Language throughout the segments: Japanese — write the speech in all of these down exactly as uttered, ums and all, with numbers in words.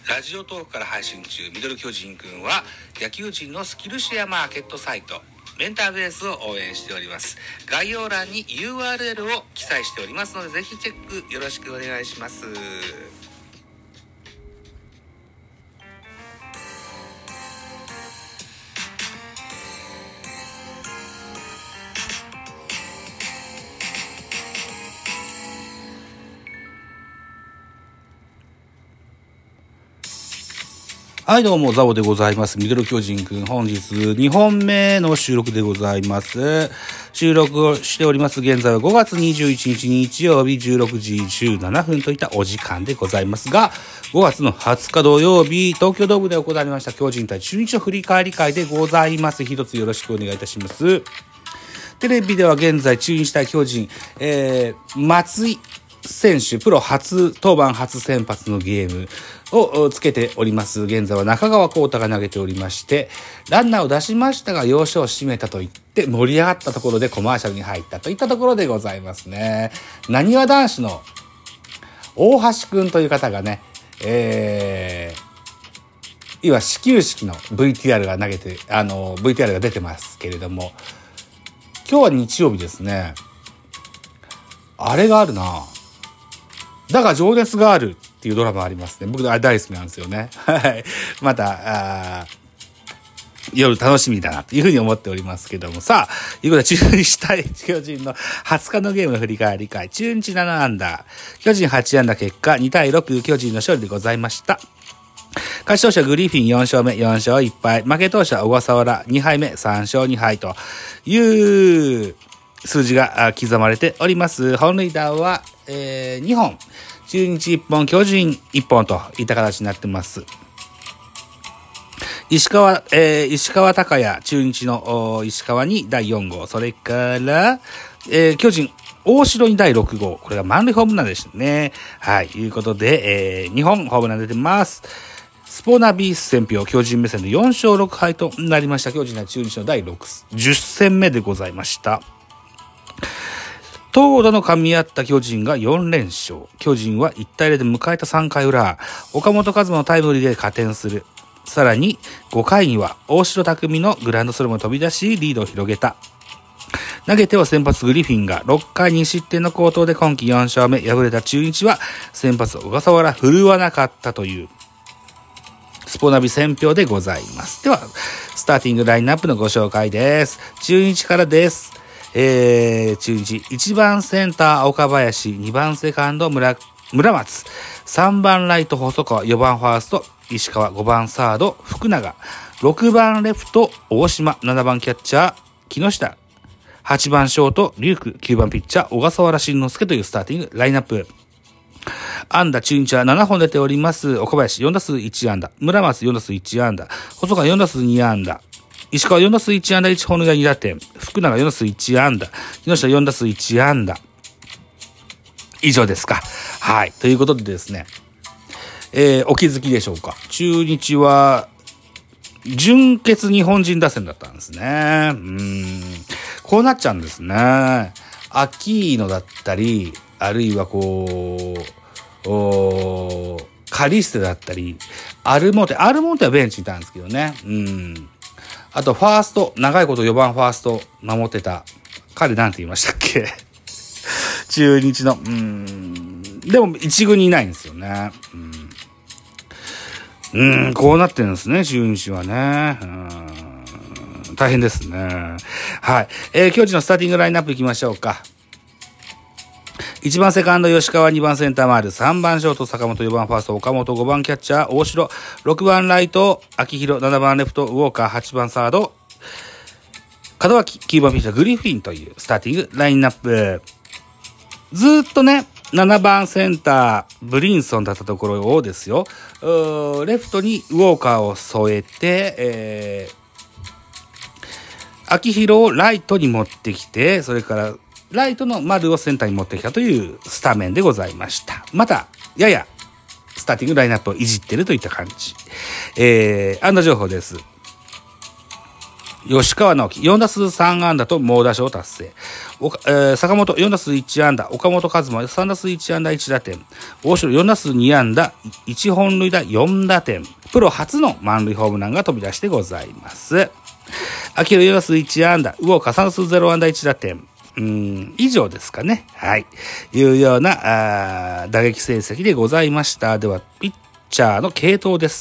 ラジオトークから配信中、ミドル巨人くんは野球人のスキルシェアマーケットサイトメンターベースを応援しております。概要欄に ユーアールエル を記載しておりますので、ぜひチェックよろしくお願いします。はい、どうも、ザボでございます。ミドル巨人くん、本日にほんめの収録でございます。収録をしております。現在はごがつにじゅういちにち日曜日じゅうろくじじゅうななふんといったお時間でございますが、ごがつのはつか土曜日、東京ドームで行われました巨人対中日の振り返り会でございます。一つよろしくお願いいたします。テレビでは現在中日対巨人、えー、松井選手、プロ初登板初先発のゲームをつけております。現在は中川幸太が投げておりまして、ランナーを出しましたが要所を締めたと言って盛り上がったところでコマーシャルに入ったといったところでございますね。なにわ男子の大橋くんという方がね、えー、今始球式の ブイティーアール が投げて、あの ブイティーアール が出てますけれども、今日は日曜日ですね。あれがあるな。だが情熱があるっていうドラマありますね。僕大好きなんですよね。はい。また、あ夜楽しみだなというふうに思っておりますけども。さあ、いうことで中日対巨人のはつかのゲームの振り返り会。中日ななアンダー、巨人はちアンダー結果にたいろく巨人の勝利でございました。勝ち投手はグリフィンよんしょうめよんしょういっぱい。負け投手は小笠原にはいめさんしょうにはいという数字が刻まれております。本塁打は、えー、にほん、中日いっぽん、巨人いっぽんといった形になってます。石川、えー、石川昂弥、中日の石川にだいよんごう、それから、えー、巨人、大城にだいろくごう、これが満塁ホームランでしたね。はい、いうことで、えー、にほんホームラン出てます。スポナビ選票、巨人目線でよんしょうろくはいとなりました。巨人は中日のだいろく、じゅっせんめでございました。投打の噛み合った巨人がよんれんしょう。巨人はいちたいゼロで迎えたさんかい裏、岡本和真のタイムリーで加点する。さらにごかいには大城拓実のグランドスラムを飛び出しリードを広げた。投げては先発グリフィンがろっかいにしってんの好投で今季よんしょうめ。敗れた中日は先発小笠原振るわなかったというスポナビ選票でございます。ではスターティングラインナップのご紹介です。中日からです。えー、中日いちばんセンター岡林、にばんセカンド 村, 村松、さんばんライト細川、よばんファースト石川、ごばんサード福永、ろくばんレフト大島、ななばんキャッチャー木下、はちばんショート龍空、きゅうばんピッチャー小笠原慎之介というスターティングラインナップ。安打中日はななほん出ております。岡林よんだすういちあんだ、村松よんだすういちあんだ、細川よんだすうにあんだ、石川よんだすういちあんだいち本塁打にだてん、福永よんだすういちあんだ、木下よんだすういちあんだ。以上ですか。はい。ということでですね、えー、お気づきでしょうか。中日は純潔日本人打線だったんですね。うーん。こうなっちゃうんですね。アキーノだったり、あるいはこう、おカリステだったり、アルモンテ、アルモンテはベンチにいたんですけどね。うん。あとファースト、長いことよばんファースト守ってた彼なんて言いましたっけ中日のうーんでも一軍にいないんですよね。うんうーんこうなってるんですね、中日はね。うーん大変ですね。はい、えー、巨人のスターティングラインナップいきましょうか。いちばんセカンド吉川、にばんセンター丸、さんばんショート坂本、よばんファースト岡本、ごばんキャッチャー大城、ろくばんライト秋広、ななばんレフトウォーカー、はちばんサード門脇、きゅうばんピッチャーグリフィンというスターティングラインナップ。ずーっとねななばんセンターブリンソンだったところをですよ、レフトにウォーカーを添えて、えー、秋広をライトに持ってきて、それからライトの丸をセンターに持ってきたというスタメンでございました。またややスターティングラインナップをいじってるといった感じ。えー、安打情報です。 吉川直樹、よん打数さん安打と猛打賞を達成。おかえー、坂本、よん打数いち安打。岡本和真、さん打数いち安打いち打点。大城、よん打数に安打、いち本塁打よん打点。プロ初の満塁ホームランが飛び出してございます。秋広よん打数いち安打。魚岡さん打数ゼロ安打いち打点。うーん、以上ですかね。はい。いうような、あ打撃成績でございました。では、ピッチャーの継投です。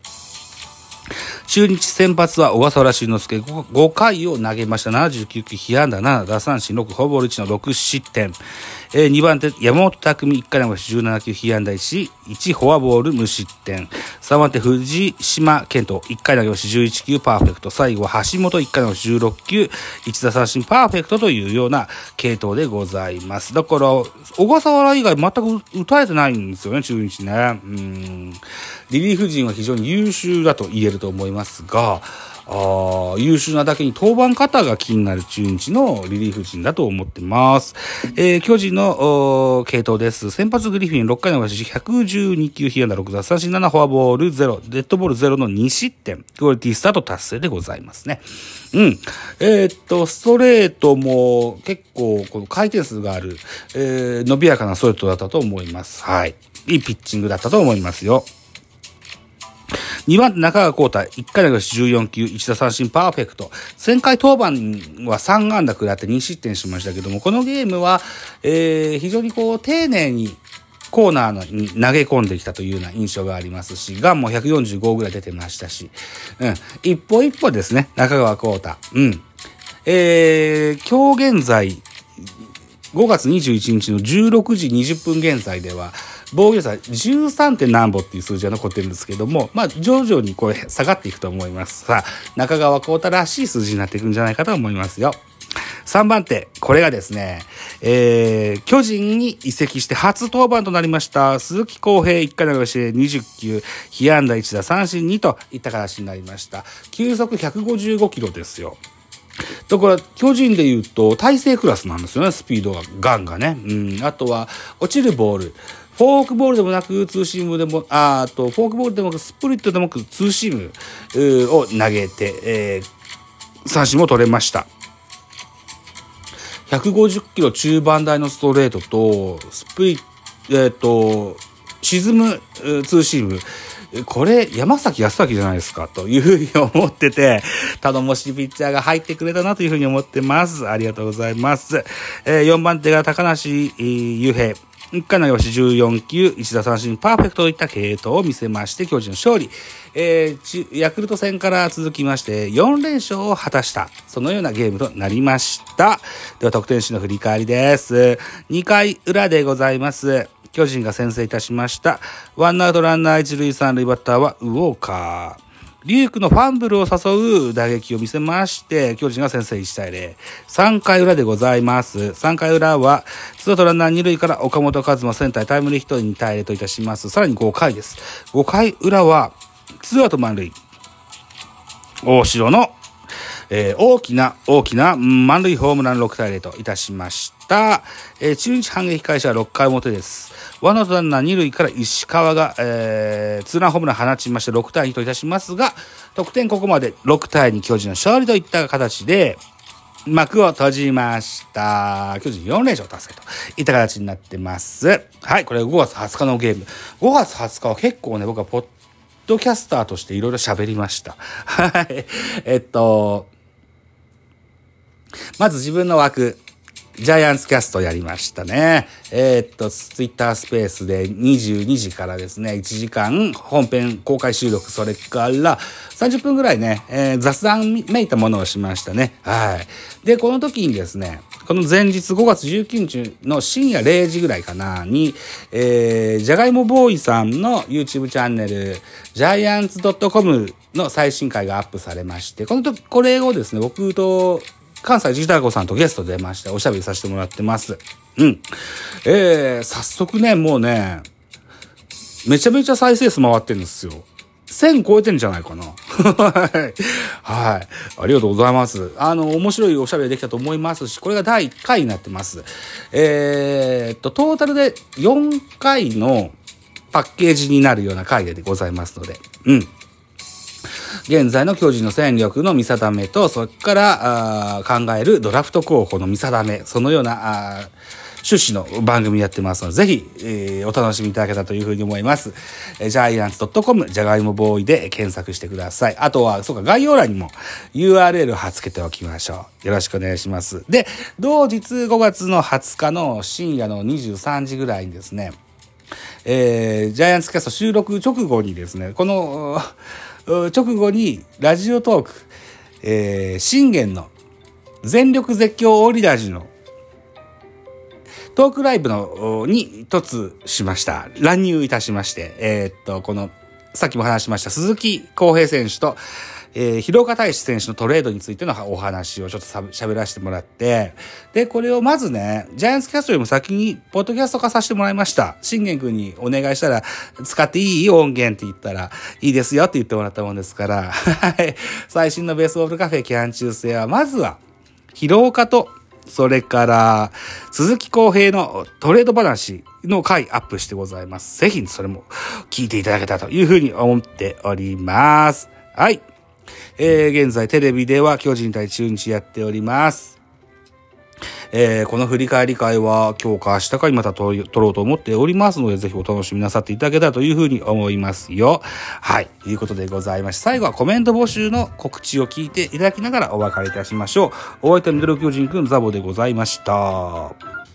中日先発は小笠原慎之介 5, 5回を投げました。ななじゅうきゅう球、被安打なな、奪三振ろく、フォアボールいちのろく失点。えー、にばん手、山本拓実いっかい投げじゅうなな球、被安打いち、いちフォアボール無失点。さんばん手、藤島健人いっかい投げじゅういち球、パーフェクト。最後は橋本いっかい投げじゅうろく球、いち打三振、パーフェクトというような系統でございます。だから、小笠原以外全く打たれてないんですよね、中日ね。うーん。リリーフ陣は非常に優秀だと言えると思いますが、あ優秀なだけに登板方が気になる中日のリリーフ陣だと思ってます。えー、巨人の系統です。先発グリフィンろっかいの投げひゃくじゅうに球、被安打ろく奪三振なな、フォアボールゼロ、デッドボールゼロのに失点。クオリティスタート達成でございますね。うん。えー、っと、ストレートも結構この回転数がある、えー、伸びやかなストレートだったと思います。はい。いいピッチングだったと思いますよ。にばん手中川幸太、いっかい投げじゅうよん球、いち打三振パーフェクト。前回登板はさん安打食らってに失点しましたけども、このゲームは、えー、非常にこう、丁寧にコーナーに投げ込んできたというような印象がありますし、ガンもひゃくよんじゅうごぐらい出てましたし、うん、一歩一歩ですね、中川幸太。うん。えー、今日現在、ごがつにじゅういちにちのじゅうろくじにじゅっぷん現在では、防御率 じゅうさん. 点何歩っていう数字が残ってるんですけども、まあ徐々にこれ下がっていくと思います。さあ、中川幸太らしい数字になっていくんじゃないかと思いますよ。さんばん手、これがですね、えー、巨人に移籍して初登板となりました、鈴木康平いっかい投げしてにじゅっ球、被安打いち打三振にといった形になりました。球速ひゃくごじゅうごキロですよ。だから、巨人で言うと、大勢クラスなんですよね、スピードが、ガンがね。うん。あとは、落ちるボール。フォークボールでもなく、ツーシームでも、ああと、フォークボールでもなく、スプリットでもなく、ツーシームを投げて、えー、三振も取れました。ひゃくごじゅっキロ中盤台のストレートと、スプリット、えっと、沈むツーシーム。これ、山崎康明じゃないですか、というふうに思ってて、頼もしいピッチャーが入ってくれたなというふうに思ってます。ありがとうございます。えー、よんばん手が高梨雄平。いっかい投げじゅうよん球、いち打三振パーフェクトといった系統を見せまして、巨人の勝利。えー、ヤクルト戦から続きまして、よん連勝を果たした、そのようなゲームとなりました。では、得点手の振り返りです。にかい裏でございます。巨人が先制いたしました。ワンアウトランナー一塁三塁、バッターはウォーカー。リュークのファンブルを誘う打撃を見せまして、巨人が先制いち対ゼロ。さんかい裏でございます。さんかい裏は、ツーアウトランナー二塁から岡本和真センタータイムリーヒットに対ゼロといたします。さらにごかいです。ごかい裏は、ツーアウト満塁。大城の、えー、大きな大きな満塁ホームランろく対ゼロといたしました。えー、中日反撃開始はろっかい表です。ワンアウトランナー二塁から石川が、えー、ツーランホームラン放ちましてろく対にといたしますが、得点ここまでろく対に巨人の勝利といった形で幕を閉じました。巨人よん連勝達成といった形になってます。はい、これごがつはつかのゲーム。ごがつはつかは結構ね、僕はポッドキャスターとしていろいろ喋りました。はい。えっと、まず自分の枠、ジャイアンツキャストやりましたね。えー、っと、ツイッタースペースでにじゅうにじからですね、いちじかん本編公開収録、それからさんじゅっぷんぐらいね、えー、雑談めいたものをしましたね。はい。で、この時にですね、この前日ごがつじゅうくにちの深夜れいじぐらいかなに、えー、じゃがいもボーイさんの YouTube チャンネル、ジャイアンツ .com の最新回がアップされまして、この時、これをですね、僕と、関西ジタコさんとゲストで出まして、おしゃべりさせてもらってます。うん。えー、早速ね、もうね、めちゃめちゃ再生数回ってるんですよ。せん超えてんじゃないかな。はい。はい。ありがとうございます。あの、面白いおしゃべりできたと思いますし、これがだいいっかいになってます。えーっと、トータルでよんかいのパッケージになるような回でございますので、うん。 現在の巨人の戦力の見定めと、それから考えるドラフト候補の見定め、そのような趣旨の番組やってますので、ぜひ、えー、お楽しみいただけたというふうに思います。えー、ジャイアンツ .com じゃがいもボーイで検索してください。あとは、そうか、概要欄にも ユーアールエル 貼っ付けておきましょう。よろしくお願いします。で、同日ごがつのはつかの深夜のにじゅうさんじぐらいにですね、えー、ジャイアンツキャスト収録直後にですね、この直後にラジオトーク、えー、信玄の全力絶叫オリラジのトークライブのに突しました。乱入いたしまして、えー、っと、この、さっきも話しました鈴木康平選手と、えー、広岡大志選手のトレードについてのお話をちょっと喋らせてもらって、で、これをまずね、ジャイアンツキャストよりも先に、ポッドキャスト化させてもらいました。信玄君にお願いしたら、使っていい音源って言ったら、いいですよって言ってもらったもんですから、最新のベースボールカフェ期間中制は、まずは、広岡と、それから、鈴木康平のトレード話の回アップしてございます。ぜひ、それも聞いていただけたというふうに思っております。はい。えー、現在テレビでは巨人対中日やっております。えー、この振り返り会は今日か明日かにまた撮ろうと思っておりますので、ぜひお楽しみなさっていただけたらというふうに思いますよ。はい。ということでございまして、最後はコメント募集の告知を聞いていただきながらお別れいたしましょう。お相手はミドル巨人くんザボでございました。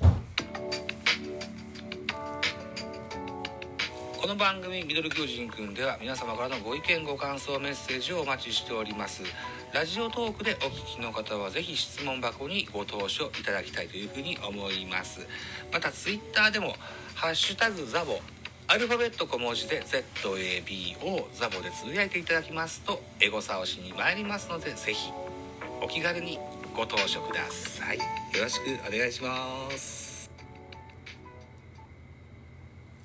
この番組ミドル巨人くんでは皆様からのご意見ご感想メッセージをお待ちしております。ラジオトークでお聞きの方はぜひ質問箱にご投書いただきたいというふうに思います。またツイッターでもハッシュタグザボ、アルファベット小文字で ゼットエービーオー ザボでつぶやいていただきますとエゴサをしに参りますので、ぜひお気軽にご投書ください。よろしくお願いします。